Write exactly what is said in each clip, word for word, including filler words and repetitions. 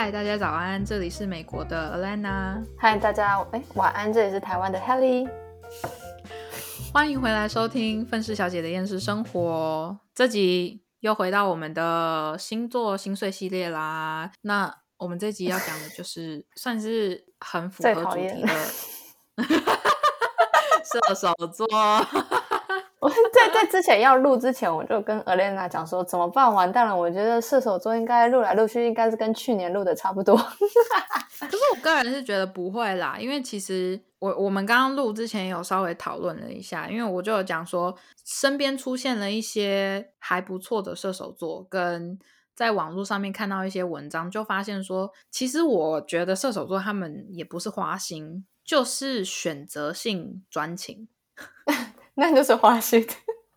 嗨，大家早安，这里是美国的 Alana。 嗨，大家哎晚安，这里是台湾的 Helly。 欢迎回来收听愤世小姐的厌世生活。这集又回到我们的星座心碎系列啦。那我们这集要讲的就是算是很符合主题的射手座。 我在在之前要录之前，我就跟 Alana 讲说怎么办，完蛋了，我觉得射手座应该录来录去应该是跟去年录的差不多。 可是我个人是觉得不会啦，因为其实我我们刚刚录之前有稍微讨论了一下，因为我就有讲说身边出现了一些还不错的射手座，跟在网络上面看到一些文章，就发现说其实我觉得射手座他们也不是花心，就是选择性专情。 那就是花心。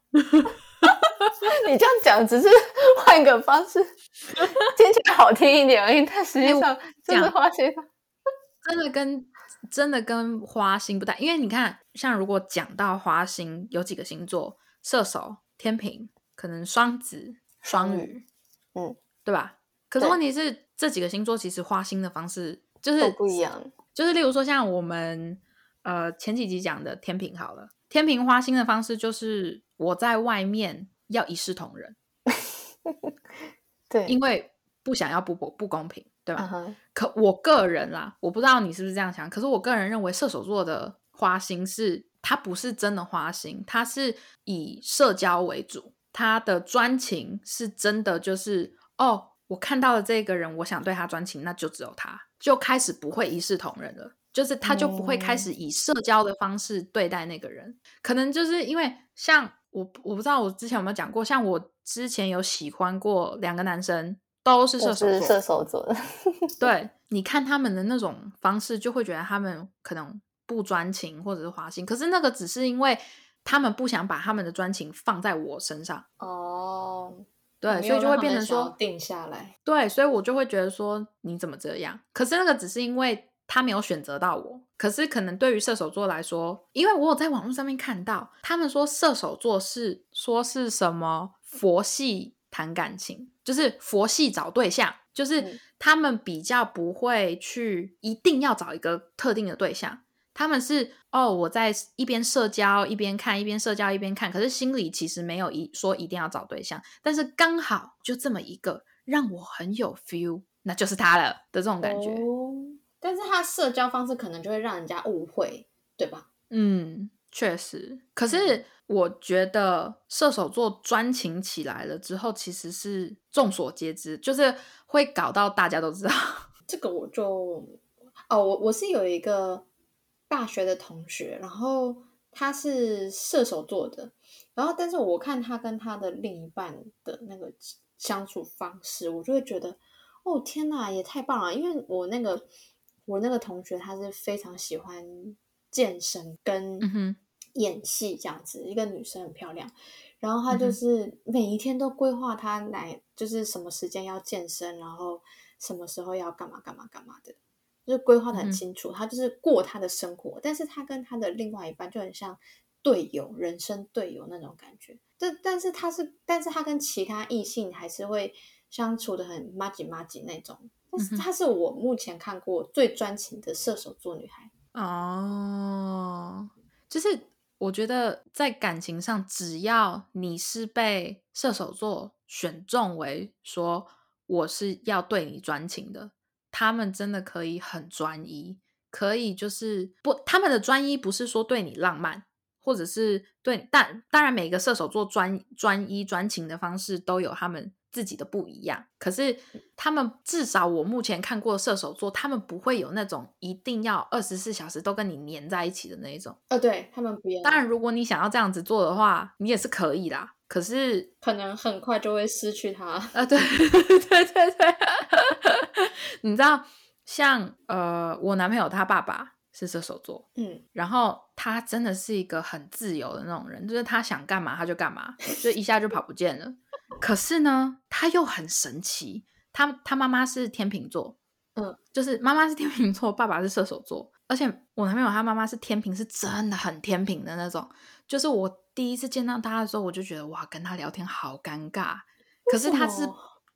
你这样讲只是换个方式听起来好听一点而已，但实际上就是花心。 真的跟真的跟花心不太，因为你看像如果讲到花心有几个星座，射手、天秤，可能双子、双鱼， 嗯， 对吧？可是问题是这几个星座其实花心的方式就是都不一样， 就是例如说像我们呃前几集讲的天秤好了，天秤花心的方式就是我在外面要一视同仁。 对， 因为不想要不不公平，对吧？ uh-huh. 可我个人啦，我不知道你是不是这样想，可是我个人认为射手座的花心是他不是真的花心，他是以社交为主，他的专情是真的就是哦，我看到了这个人，我想对他专情，那就只有他，就开始不会一视同仁了，就是他就不会开始以社交的方式对待那个人、嗯、可能就是因为像我我不知道我之前有没有讲过，像我之前有喜欢过两个男生都是射手座， 都是射手座的。 对，你看他们的那种方式就会觉得他们可能不专情或者是花心，可是那个只是因为他们不想把他们的专情放在我身上哦， 对，所以就会变成说定下来， 对，所以我就会觉得说你怎么这样，可是那个只是因为他没有选择到我，可是可能对于射手座来说，因为我有在网络上面看到他们说射手座是说是什么佛系谈感情，就是佛系找对象，就是他们比较不会去一定要找一个特定的对象，他们是哦，我在一边社交一边看，一边社交一边看，可是心里其实没有一说一定要找对象，但是刚好就这么一个让我很有 feel， 那就是他了的这种感觉、 哦，但是他社交方式可能就会让人家误会，对吧？ 嗯，确实。可是我觉得射手座专情起来了之后其实是众所皆知，就是会搞到大家都知道。 这个我就哦，我我是有一个大学的同学，然后他是射手座的，然后但是我看他跟他的另一半的那个相处方式，我就会觉得哦天哪，也太棒了！因为我那个我那个同学他是非常喜欢健身跟演戏这样子、嗯、一个女生很漂亮，然后她就是每一天都规划她来就是什么时间要健身，然后什么时候要干嘛干嘛干嘛的，就是规划得很清楚、嗯、她就是过她的生活，但是她跟她的另外一半就很像队友，人生队友那种感觉，但但是她是但是她跟其他异性还是会相处得很麻吉麻吉那种，但是她是我目前看过最专情的射手座女孩。 哦，就是我觉得在感情上，只要你是被射手座选中为说我是要对你专情的，他们真的可以很专一，可以就是不，他们的专一不是说对你浪漫，或者是对，但当然每个射手座专专一专情的方式都有他们自己的不一样，可是他们至少我目前看过的射手座，他们不会有那种一定要二十四小时都跟你黏在一起的那一种。 呃，对，他们不要。 当然如果你想要这样子做的话，你也是可以啦，可是可能很快就会失去他。 啊，对对对对，你知道像呃，我男朋友他爸爸是射手座，嗯，然后他真的是一个很自由的那种人，就是他想干嘛他就干嘛，就一下就跑不见了。可是呢，他又很神奇，他他妈妈是天秤座，嗯，就是妈妈是天秤座，爸爸是射手座，而且我男朋友他妈妈是天秤，是真的很天秤的那种。就是我第一次见到他的时候，我就觉得哇，跟他聊天好尴尬。可是他是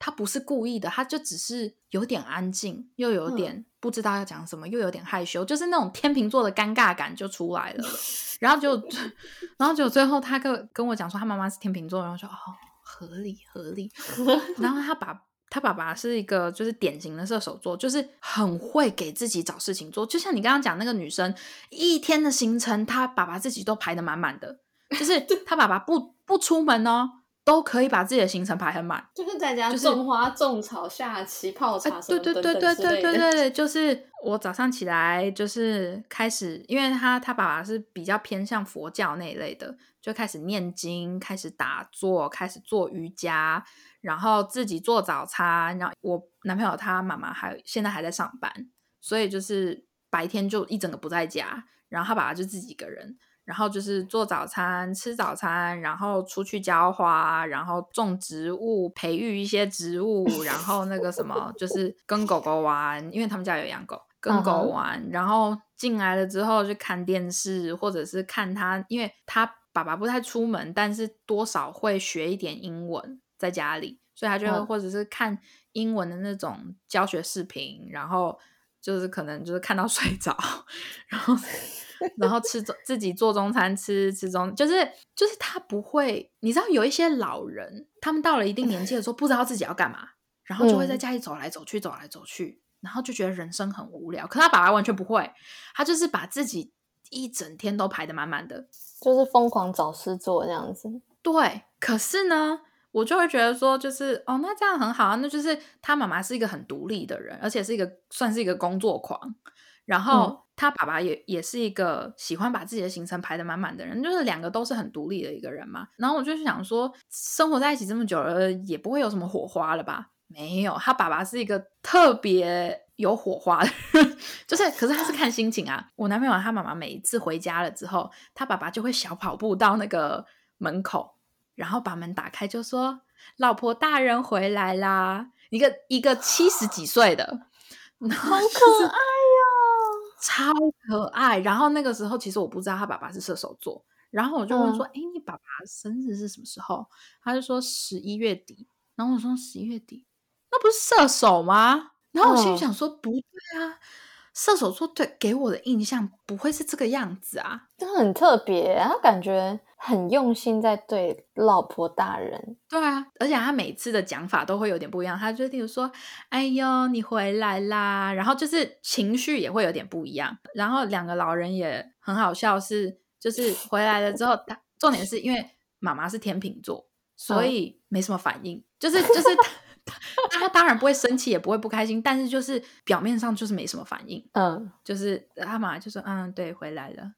他不是故意的，他就只是有点安静，又有点不知道要讲什么，又有点害羞，就是那种天秤座的尴尬感就出来了。然后就然后就最后他跟跟我讲说他妈妈是天秤座，然后说哦合理合理。然后他把他爸爸是一个就是典型的射手座，就是很会给自己找事情做，就像你刚刚讲那个女生一天的行程他爸爸自己都排得满满的，就是他爸爸不不出门哦都可以把自己的行程排很满， 就是在家种花、种草、下棋、泡茶什么对对等等之类的。 对对对对对，就是我早上起来就是开始，因为他他爸爸是比较偏向佛教那一类的，就开始念经，开始打坐，开始做瑜伽，然后自己做早餐。然后我男朋友他妈妈还现在还在上班，所以就是白天就一整个不在家，然后他爸爸就自己一个人。然后就是做早餐吃早餐，然后出去浇花，然后种植物培育一些植物，然后那个什么就是跟狗狗玩，因为他们家有养狗，跟狗玩、uh-huh. 然后进来了之后就看电视，或者是看他，因为他爸爸不太出门，但是多少会学一点英文在家里，所以他就会、uh-huh. 或者是看英文的那种教学视频，然后就是可能就是看到睡着，然后然后吃自己做中餐吃吃中就是就是他不会，你知道有一些老人他们到了一定年纪的时候不知道自己要干嘛，然后就会在家里走来走去、嗯、走来走去，然后就觉得人生很无聊。可是他爸爸完全不会，他就是把自己一整天都排得满满的， 就是疯狂找事做这样子。 对，可是呢我就会觉得说就是哦，那这样很好啊，那就是他妈妈是一个很独立的人，而且是一个算是一个工作狂，然后他爸爸也也是一个喜欢把自己的行程排得满满的人，就是两个都是很独立的一个人嘛。然后我就想说生活在一起这么久了也不会有什么火花了吧？没有，他爸爸是一个特别有火花的人就是可是他是看心情啊。我男朋友他妈妈每一次回家了之后，他爸爸就会小跑步到那个门口，然后把门打开就说老婆大人回来啦，一个一个七十几岁的， 好可爱哟、 超可爱。然后那个时候其实我不知道他爸爸是射手座，然后我就问说哎、嗯，你爸爸生日是什么时候？他就说十一月底。然后我说十一月底那不是射手吗？然后我心里想说、嗯、不对啊，射手座对给我的印象不会是这个样子啊， 真的很特别，他感觉很用心在对老婆大人。 对啊，而且他每次的讲法都会有点不一样，他就例如说哎呦你回来啦，然后就是情绪也会有点不一样。然后两个老人也很好笑，是就是回来了之后他重点是因为妈妈是天秤座，所以没什么反应、嗯、就是就是他他当然不会生气也不会不开心，但是就是表面上就是没什么反应。 嗯， 就是他妈就说嗯对回来了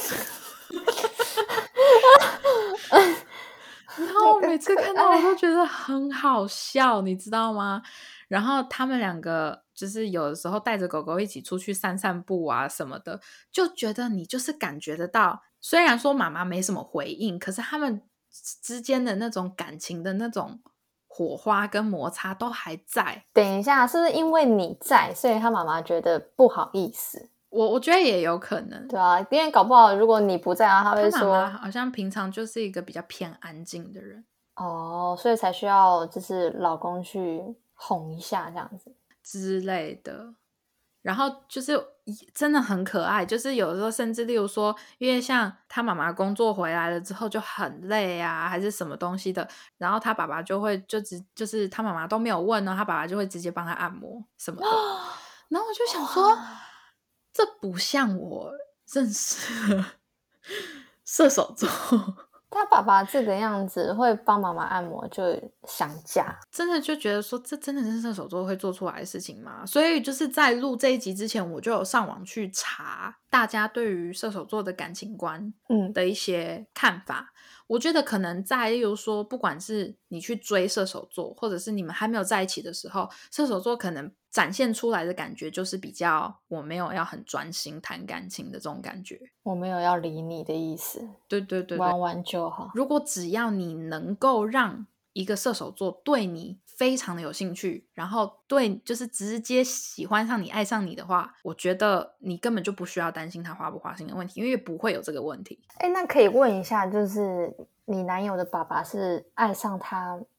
然后我每次看到我都觉得很好笑你知道吗？然后他们两个就是有的时候带着狗狗一起出去散散步啊什么的，就觉得你就是感觉得到，虽然说妈妈没什么回应，可是他们之间的那种感情的那种火花跟摩擦都还在。 等一下，是不是因为你在所以他妈妈觉得不好意思？ 我我觉得也有可能， 对啊，因为搞不好如果你不在啊，他会说他妈妈好像平常就是一个比较偏安静的人哦，所以才需要就是老公去哄一下这样子之类的。然后就是真的很可爱，就是有的时候甚至例如说因为像他妈妈工作回来了之后就很累啊还是什么东西的，然后他爸爸就会就直就是他妈妈都没有问呢，他爸爸就会直接帮他按摩什么的然后我就想说这不像我认识的射手座他爸爸这个样子会帮妈妈按摩就想嫁， 真的就觉得说这真的是射手座会做出来的事情吗？所以就是在录这一集之前我就有上网去查大家对于射手座的感情观的一些看法、嗯、我觉得可能在例如说不管是你去追射手座或者是你们还没有在一起的时候，射手座可能展现出来的感觉就是比较我没有要很专心谈感情的这种感觉， 我没有要理你的意思， 对对 对, 对玩玩就好。 如果只要你能够让一个射手座对你非常的有兴趣，然后对就是直接喜欢上你爱上你的话，我觉得你根本就不需要担心他花不花心的问题，因为不会有这个问题。 诶，那可以问一下，就是你男友的爸爸是爱上他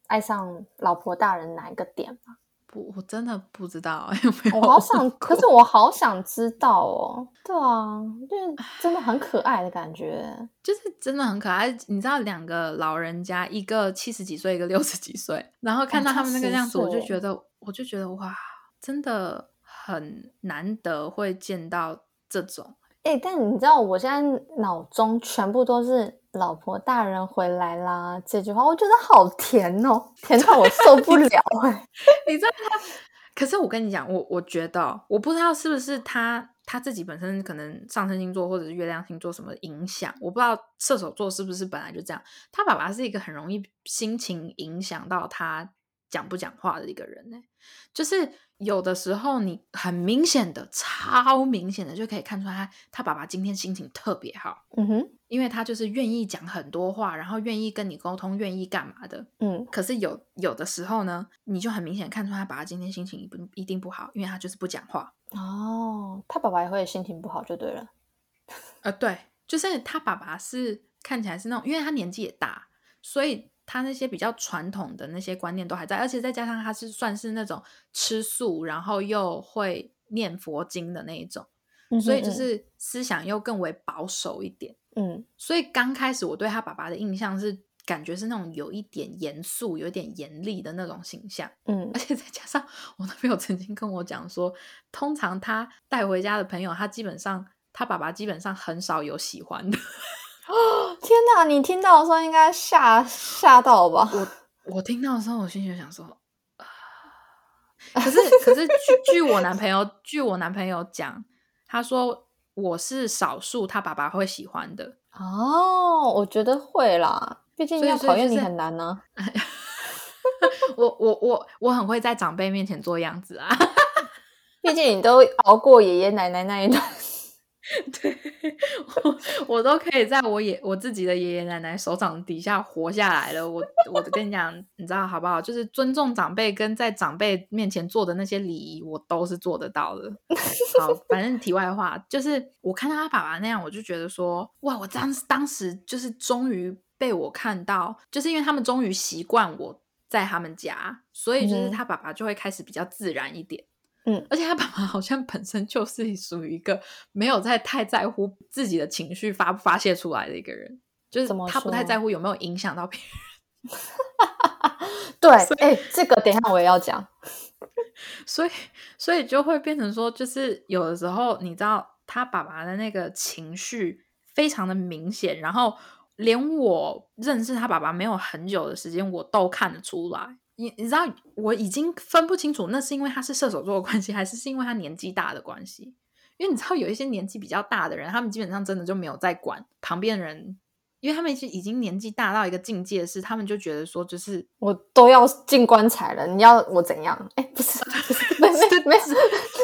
爱上老婆大人哪一个点吗？ 不，我真的不知道有没有。 我好想，可是我好想知道哦。对啊，就是真的很可爱的感觉， 就是真的很可爱。你知道，两个老人家，一个七十几岁，一个六十几岁，然后看到他们那个样子，我就觉得，我就觉得哇，真的很难得会见到这种。 哎、欸，但你知道，我现在脑中全部都是“老婆大人回来啦”这句话，我觉得好甜哦，甜到我受不了哎、欸。 你知道他？可是我跟你讲，我我觉得，我不知道是不是他他自己本身可能上升星座或者是月亮星座什么影响，我不知道射手座是不是本来就这样。他爸爸是一个很容易心情影响到他讲不讲话的一个人呢、欸，就是有的时候你很明显的、超明显的就可以看出来他，他爸爸今天心情特别好， 嗯哼， 因为他就是愿意讲很多话，然后愿意跟你沟通，愿意干嘛的。 嗯， 可是有有的时候呢，你就很明显看出他爸爸今天心情一不一定不好，因为他就是不讲话。 哦，他爸爸也会心情不好就对了。 呃，对，就是他爸爸是看起来是那种，因为他年纪也大，所以他那些比较传统的那些观念都还在，而且再加上他是算是那种吃素，然后又会念佛经的那一种， 嗯哼嗯， 所以就是思想又更为保守一点。 嗯， 所以刚开始我对他爸爸的印象是感觉是那种有一点严肃有一点严厉的那种形象， 嗯， 而且再加上我那朋友曾经跟我讲说，通常他带回家的朋友，他基本上他爸爸基本上很少有喜欢的。 哦，天哪，你听到的时候应该吓吓到吧？ 我我听到的时候我心里就想说、呃、可是可是据据我男朋友据我男朋友讲，他说我是少数他爸爸会喜欢的。 哦，我觉得会啦，毕竟要讨厌你很难呢、 啊。我我我我很会在长辈面前做样子啊。 毕竟你都熬过爷爷奶奶那一段。 对，我我都可以在我爷我自己的爷爷奶奶手掌底下活下来了。我我跟你讲，你知道好不好？就是尊重长辈跟在长辈面前做的那些礼仪，我都是做得到的。好，反正题外话，就是我看到他爸爸那样，我就觉得说，哇，我当当时就是终于被我看到，就是因为他们终于习惯我在他们家，所以就是他爸爸就会开始比较自然一点。 嗯， 而且他爸爸好像本身就是属于一个没有在太在乎自己的情绪发不发泄出来的一个人，就是他不太在乎有没有影响到别人。 对，哎、欸，这个等一下我也要讲。 所以，所以就会变成说，就是有的时候你知道他爸爸的那个情绪非常的明显，然后连我认识他爸爸没有很久的时间，我都看得出来。你你知道我已经分不清楚那是因为他是射手座的关系，还是是因为他年纪大的关系。因为你知道有一些年纪比较大的人，他们基本上真的就没有在管旁边人，因为他们已经年纪大到一个境界，是他们就觉得说就是我都要进棺材了，你要我怎样？哎，不是，不是，没没没事。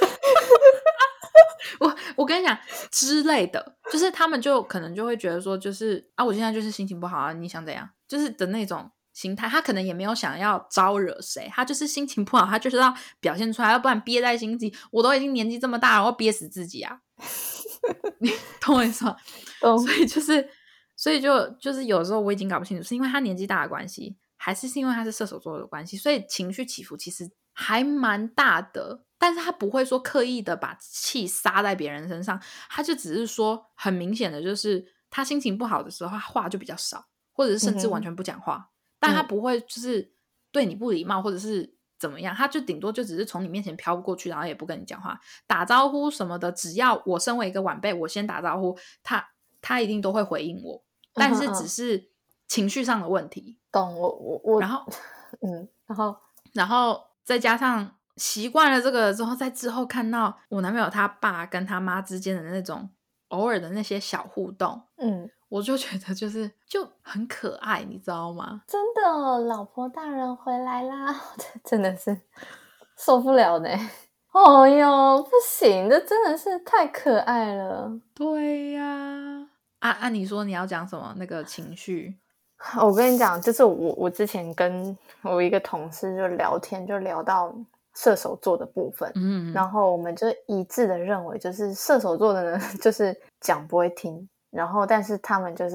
我我跟你讲之类的，就是他们就可能就会觉得说，就是啊，我现在就是心情不好啊，你想怎样？就是的那种心态。他可能也没有想要招惹谁，他就是心情不好，他就是要表现出来，要不然憋在心底。我都已经年纪这么大了，我憋死自己啊！你懂我意思吗？所以就是，所以就就是有时候我已经搞不清楚，是因为他年纪大的关系，还是是因为他是射手座的关系，所以情绪起伏其实还蛮大的。但是他不会说刻意的把气撒在别人身上，他就只是说很明显的就是他心情不好的时候，他话就比较少，或者是甚至完全不讲话、嗯、但他不会就是对你不礼貌或者是怎么样，他就顶多就只是从你面前飘过去，然后也不跟你讲话，打招呼什么的，只要我身为一个晚辈，我先打招呼，他他一定都会回应我，但是只是情绪上的问题。 懂我我我， 然后嗯，然后然后再加上习惯了这个之后，在之后看到我男朋友他爸跟他妈之间的那种偶尔的那些小互动，嗯，我就觉得就是就很可爱，你知道吗？ 真的，老婆大人回来啦，真的是受不了呢。哦哟，不行，这真的是太可爱了。 对呀、啊，按、啊、你说你要讲什么那个情绪？ 我跟你讲，就是我我之前跟我一个同事就聊天，就聊到射手座的部分，嗯，然后我们就一致的认为，就是射手座的呢，就是讲不会听，然后但是他们就是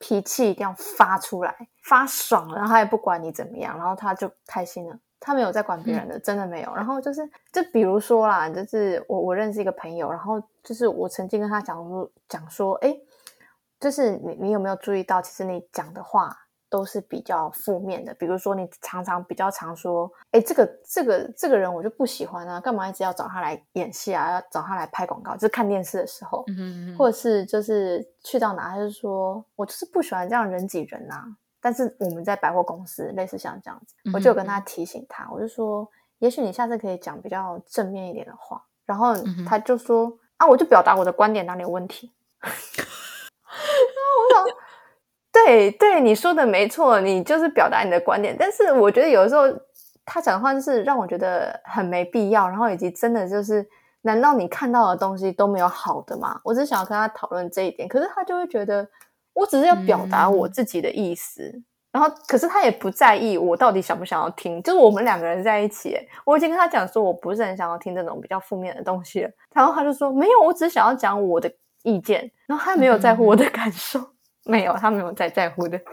脾气一定要发出来，发爽了，然后他也不管你怎么样，然后他就开心了。他没有在管别人的，真的没有。然后就是，就比如说啦，就是我我认识一个朋友，然后就是我曾经跟他讲说，讲说，哎，就是你你有没有注意到，其实你讲的话都是比较负面的。比如说，你常常比较常说，哎，这个这个这个人我就不喜欢啊，干嘛一直要找他来演戏啊，要找他来拍广告？就是看电视的时候， 嗯哼或者是就是去到哪，他就说我就是不喜欢这样人挤人啊。但是我们在百货公司类似像这样子，我就有跟他提醒他，我就说也许你下次可以讲比较正面一点的话。然后他就说、嗯、啊我就表达我的观点哪里有问题。然后我想对对，你说的没错，你就是表达你的观点，但是我觉得有的时候他讲的话就是让我觉得很没必要，然后以及真的就是难道你看到的东西都没有好的吗？我只想要跟他讨论这一点，可是他就会觉得我只是要表达我自己的意思、嗯、然后可是他也不在意我到底想不想要听，就是我们两个人在一起，我已经跟他讲说我不是很想要听这种比较负面的东西了，然后他就说没有，我只是想要讲我的意见，然后他没有在乎我的感受、嗯、没有，他没有在在乎的。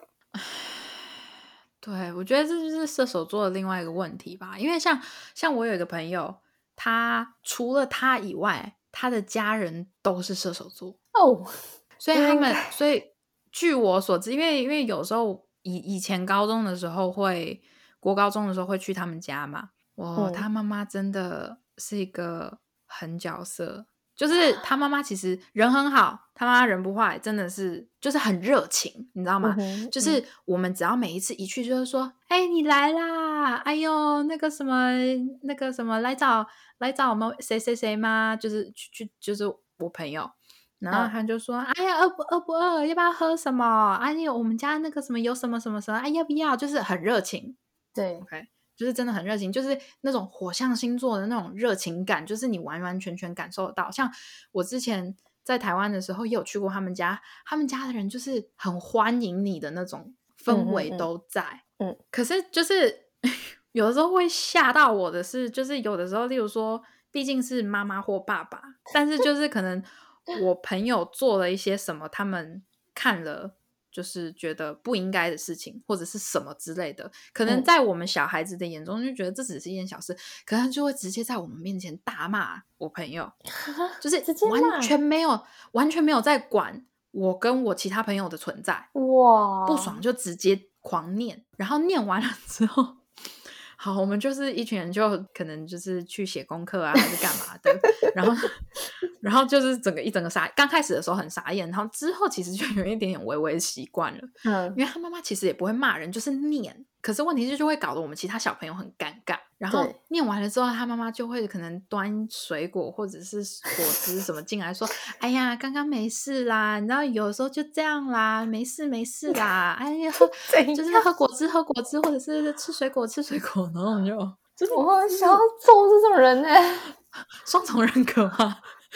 对，我觉得这就是射手座的另外一个问题吧，因为像像我有一个朋友，他除了他以外，他的家人都是射手座哦， 所以他们，所以据我所知，因为因为有时候以以前高中的时候会，国高中的时候会去他们家嘛，我、嗯、他妈妈真的是一个狠角色，就是他妈妈其实人很好，他妈妈人不坏，真的是就是很热情，你知道吗？嗯、就是我们只要每一次一去，就是说，哎、欸，你来啦，哎呦，那个什么，那个什么，来找来找我们谁谁谁吗？就是去去，就是我朋友。然后他就说、嗯、哎呀饿不饿不饿，要不要喝什么？哎呀我们家那个什么有什么什么什么，哎要不要？就是很热情。 对 OK 就是真的很热情，就是那种火象星座的那种热情感，就是你完完全全感受得到。像我之前在台湾的时候也有去过他们家，他们家的人就是很欢迎你的那种氛围都在。嗯, 嗯, 嗯可是就是有的时候会吓到我的是，就是有的时候例如说毕竟是妈妈或爸爸，但是就是可能我朋友做了一些什么他们看了就是觉得不应该的事情或者是什么之类的，可能在我们小孩子的眼中就觉得这只是一件小事、嗯、可能就会直接在我们面前大骂我朋友，就是完全没有完全没有在管我跟我其他朋友的存在， 哇， 不爽就直接狂念，然后念完了之后好，我们就是一群人就可能就是去写功课啊还是干嘛的然后然后就是整个一整个傻，刚开始的时候很傻眼，然后之后其实就有一点点微微习惯了，嗯，因为他妈妈其实也不会骂人，就是念，可是问题是就会搞得我们其他小朋友很尴尬，然后念完了之后他妈妈就会可能端水果或者是果汁什么进来说哎呀刚刚没事啦，你知道有时候就这样啦，没事没事啦哎呀喝就是喝果汁喝果汁或者是吃水果吃水果，然后我们就就是我好想要揍这种人欸， 双重人格吗？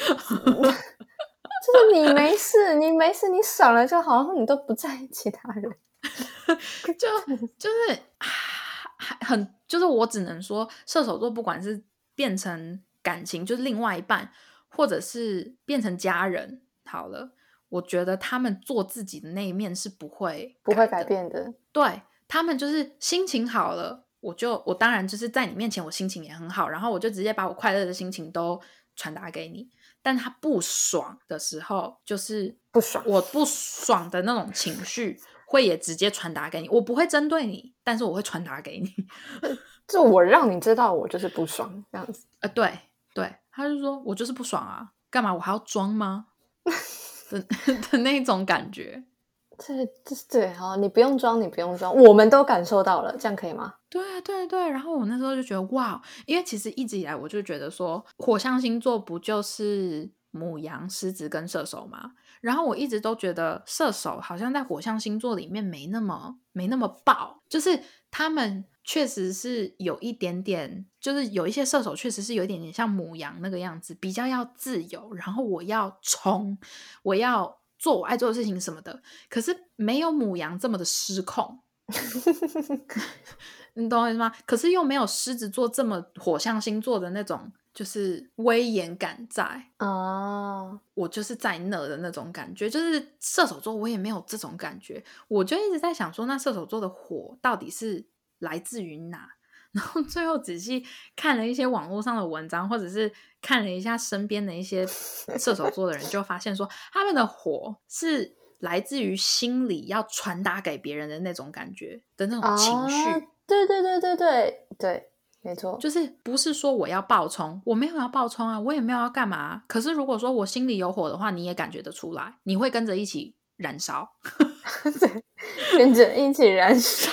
就是你没事你没事你爽了就好，然后你都不在意其他人就就是很就是我只能说射手座不管是变成感情就是另外一半或者是变成家人好了，我觉得他们做自己的那一面是不会不会改变的， 对，他们就是心情好了我就我当然就是在你面前我心情也很好，然后我就直接把我快乐的心情都传达给你，但他不爽的时候就是不爽， 我不爽的那种情绪会也直接传达给你，我不会针对你，但是我会传达给你就我让你知道我就是不爽这样子， 呃，对对，他就说我就是不爽啊，干嘛我还要装吗的, 的那种感觉， 对对对，好，你不用装你不用装，我们都感受到了，这样可以吗？ 对对对，然后我那时候就觉得哇，因为其实一直以来我就觉得说火象星座不就是牡羊狮子跟射手吗，然后我一直都觉得射手好像在火象星座里面没那么没那么爆，就是他们确实是有一点点，就是有一些射手确实是有一点点像牡羊那个样子，比较要自由，然后我要冲我要做我爱做的事情什么的，可是没有牡羊这么的失控你懂我意思吗？可是又没有狮子座这么火象星座的那种就是威严感在哦， 我就是在那的那种感觉。就是射手座我也没有这种感觉，我就一直在想说那射手座的火到底是来自于哪，然后最后仔细看了一些网络上的文章，或者是看了一下身边的一些射手座的人，就发现说他们的火是来自于心里要传达给别人的那种感觉的那种情绪。 啊，对对对对对对，没错， 就是不是说我要爆冲，我没有要爆冲啊，我也没有要干嘛啊，可是如果说我心里有火的话，你也感觉得出来，你会跟着一起燃烧。 对，跟着一起燃烧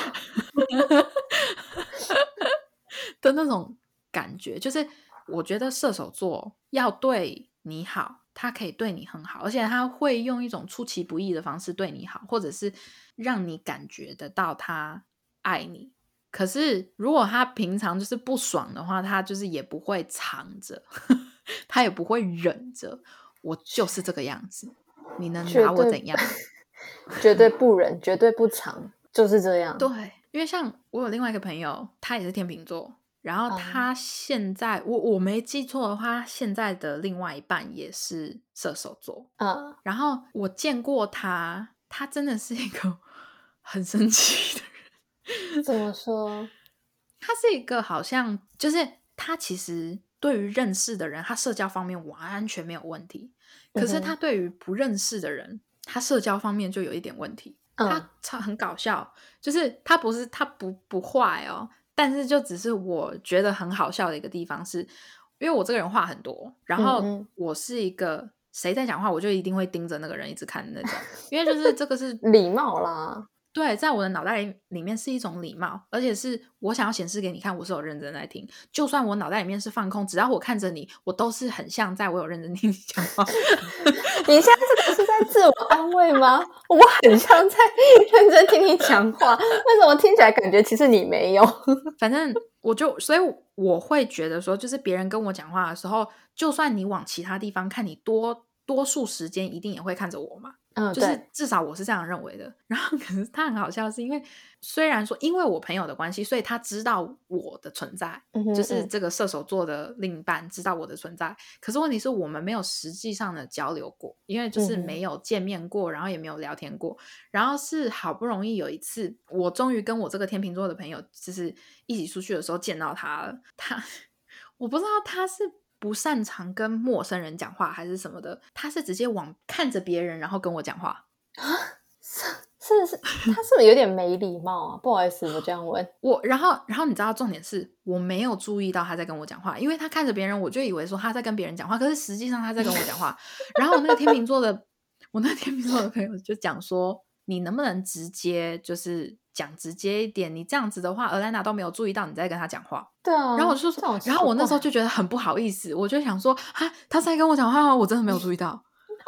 的那种感觉。就是我觉得射手座要对你好，他可以对你很好，而且他会用一种出其不意的方式对你好，或者是让你感觉得到他爱你。可是如果他平常就是不爽的话，他就是也不会藏着他也不会忍着，我就是这个样子，你能绝对拿我怎样？ 绝对不忍，绝对不藏，就是这样。 对，因为像我有另外一个朋友，他也是天秤座，然后嗯他现在、我我没记错的话，他现在的另外一半也是射手座。 嗯， 然后我见过他，他真的是一个很神奇的人。 怎么说？ 他是一个好像就是他其实对于认识的人，他社交方面完全没有问题，可是他嗯哼对于不认识的人，他社交方面就有一点问题。 嗯他超很搞笑，就是他不是他不不坏哦，但是就只是我觉得很好笑的一个地方是，因为我这个人话很多，然后嗯嗯， 我是一个谁在讲话，我就一定会盯着那个人一直看的那种，因为就是这个是礼貌啦。 对，在我的脑袋里里面是一种礼貌，而且是我想要显示给你看我是有认真在听，就算我脑袋里面是放空，只要我看着你，我都是很像在我有认真听你讲话。 你现在这个是在自我安慰吗？我很像在认真听你讲话，为什么听起来感觉其实你没有？ 反正我就，所以我会觉得说，就是别人跟我讲话的时候，就算你往其他地方看，你多多数时间一定也会看着我嘛。 嗯， 就是对， 至少我是这样认为的。然后可是他很好笑，是因为虽然说因为我朋友的关系，所以他知道我的存在， 嗯哼就是嗯这个射手座的另一半知道我的存在。可是问题是我们没有实际上的交流过，因为就是嗯哼没有见面过，然后也没有聊天过。然后是好不容易有一次，我终于跟我这个天秤座的朋友就是一起出去的时候见到他了。他我不知道他是不擅长跟陌生人讲话还是什么的，他是直接往看着别人然后跟我讲话。 是是，他是不是有点没礼貌啊？不好意思，我这样问。 我然后然后你知道重点是我没有注意到他在跟我讲话，因为他看着别人，我就以为说他在跟别人讲话，可是实际上他在跟我讲话。然后我那个天秤座的，我那个天秤座的朋友就讲说，你能不能直接就是讲直接一点？你这样子的话，尔兰娜都没有注意到你在跟他讲话。 对啊， 然后我就说，然后我那时候就觉得很不好意思，我就想说，啊，他是在跟我讲话吗？我真的没有注意到。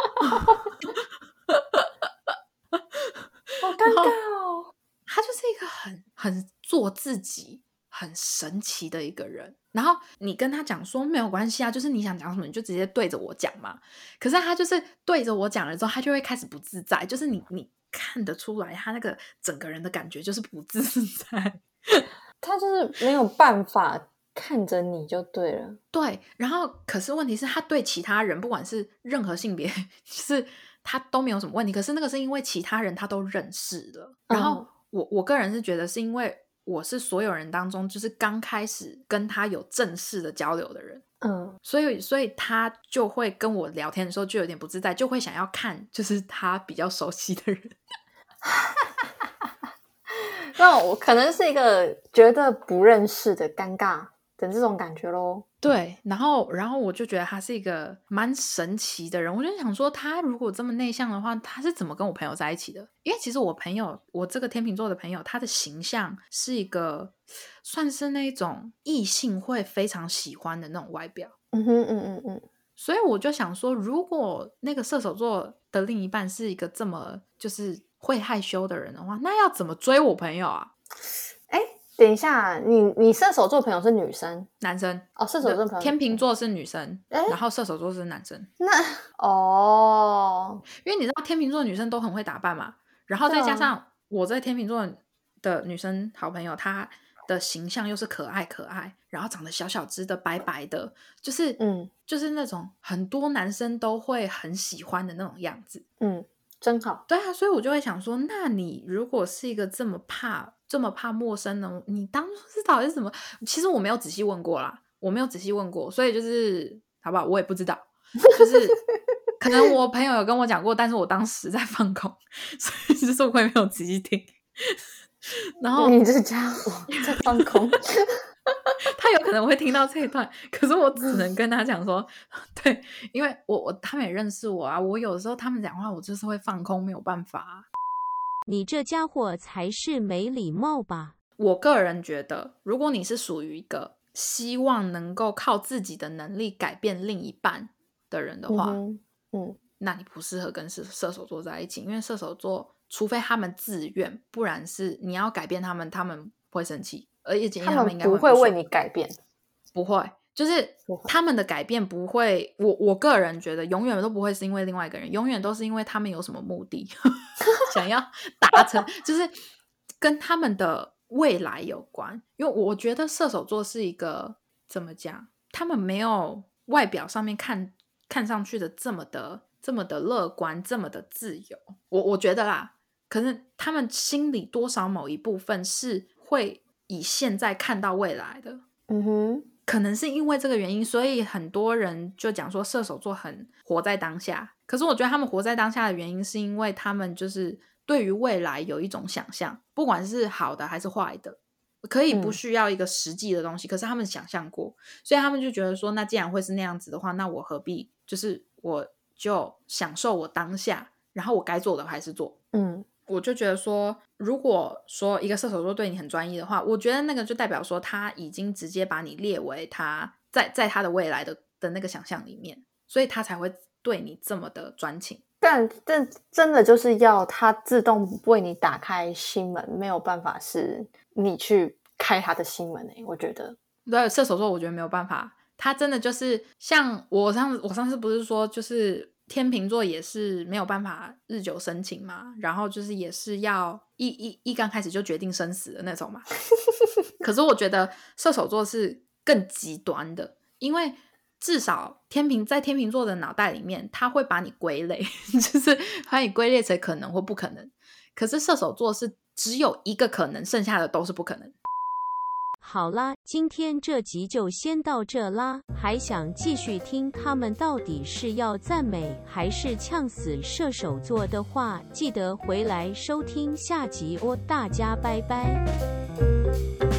好尴尬哦。 他就是一个很很做自己、很神奇的一个人。然后你跟他讲说没有关系啊，就是你想讲什么你就直接对着我讲嘛。可是他就是对着我讲了之后，他就会开始不自在，就是你你看得出来，他那个整个人的感觉就是不自在。 他就是没有办法看着你就对了。 对，然后可是问题是他对其他人，不管是任何性别，就是他都没有什么问题。可是那个是因为其他人他都认识了，然后嗯我我个人是觉得是因为我是所有人当中就是刚开始跟他有正式的交流的人， 嗯， 所以所以他就会跟我聊天的时候就有点不自在，就会想要看就是他比较熟悉的人。 那我可能是一个觉得不认识的尴尬的这种感觉咯。 对，然后然后我就觉得他是一个蛮神奇的人，我就想说他如果这么内向的话，他是怎么跟我朋友在一起的？因为其实我朋友，我这个天秤座的朋友，他的形象是一个算是那种异性会非常喜欢的那种外表。 嗯哼嗯嗯嗯， 所以我就想说，如果那个射手座的另一半是一个这么就是会害羞的人的话，那要怎么追我朋友啊？ 哎，等一下，你你射手座朋友是女生？ 男生哦，射手座朋友天秤座是女生， 诶然后射手座是男生。 那哦， 因为你知道天秤座的女生都很会打扮嘛，然后再加上我在天秤座的女生好朋友，她的形象又是可爱可爱，然后长得小小只的白白的，就是嗯， 就是那种很多男生都会很喜欢的那种样子。 嗯，真好。 对啊，所以我就会想说，那你如果是一个这么怕这么怕陌生的，你当初是到底是什么？其实我没有仔细问过啦，我没有仔细问过，所以就是好不好，我也不知道，就是可能我朋友有跟我讲过，但是我当时在放空，所以就是我也没有仔细听。然后你这家伙在放空。 他有可能会听到这一段，可是我只能跟他讲说，对，因为我我他们也认识我啊，我有时候他们讲话我就是会放空，没有办法啊。 你这家伙才是没礼貌吧？ 我个人觉得，如果你是属于一个希望能够靠自己的能力改变另一半的人的话， 嗯嗯， 那你不适合跟射射手座在一起，因为射手座除非他们自愿，不然是你要改变他们，他们会生气，而且他们他们应该不会为你改变， 不会，就是他们的改变不会，我我个人觉得永远都不会是因为另外一个人，永远都是因为他们有什么目的想要达成，就是跟他们的未来有关。因为我觉得射手座是一个怎么讲，他们没有外表上面看看上去的这么的这么的乐观，这么的自由。我我觉得啦，可是他们心里多少某一部分是会以现在看到未来的。 嗯哼， 可能是因为这个原因，所以很多人就讲说射手座很活在当下。可是我觉得他们活在当下的原因是因为他们就是对于未来有一种想象，不管是好的还是坏的，可以不需要一个实际的东西、嗯、可是他们想象过，所以他们就觉得说，那既然会是那样子的话，那我何必就是我就享受我当下，然后我该做的还是做。嗯，我就觉得说，如果说一个射手座对你很专一的话，我觉得那个就代表说他已经直接把你列为他在在他的未来的的那个想象里面，所以他才会对你这么的专情。 但但真的就是要他自动为你打开心门，没有办法是你去开他的心门、欸、我觉得对，射手座我觉得没有办法，他真的就是像我上次我上次不是说就是天秤座也是没有办法日久生情嘛，然后就是也是要一一一刚开始就决定生死的那种嘛可是我觉得射手座是更极端的，因为至少天秤在天秤座的脑袋里面他会把你归类就是把你归类成可能或不可能，可是射手座是只有一个可能，剩下的都是不可能。 好啦，今天这集就先到这啦，还想继续听他们到底是要赞美还是呛死射手座的话，记得回来收听下集哦，大家拜拜。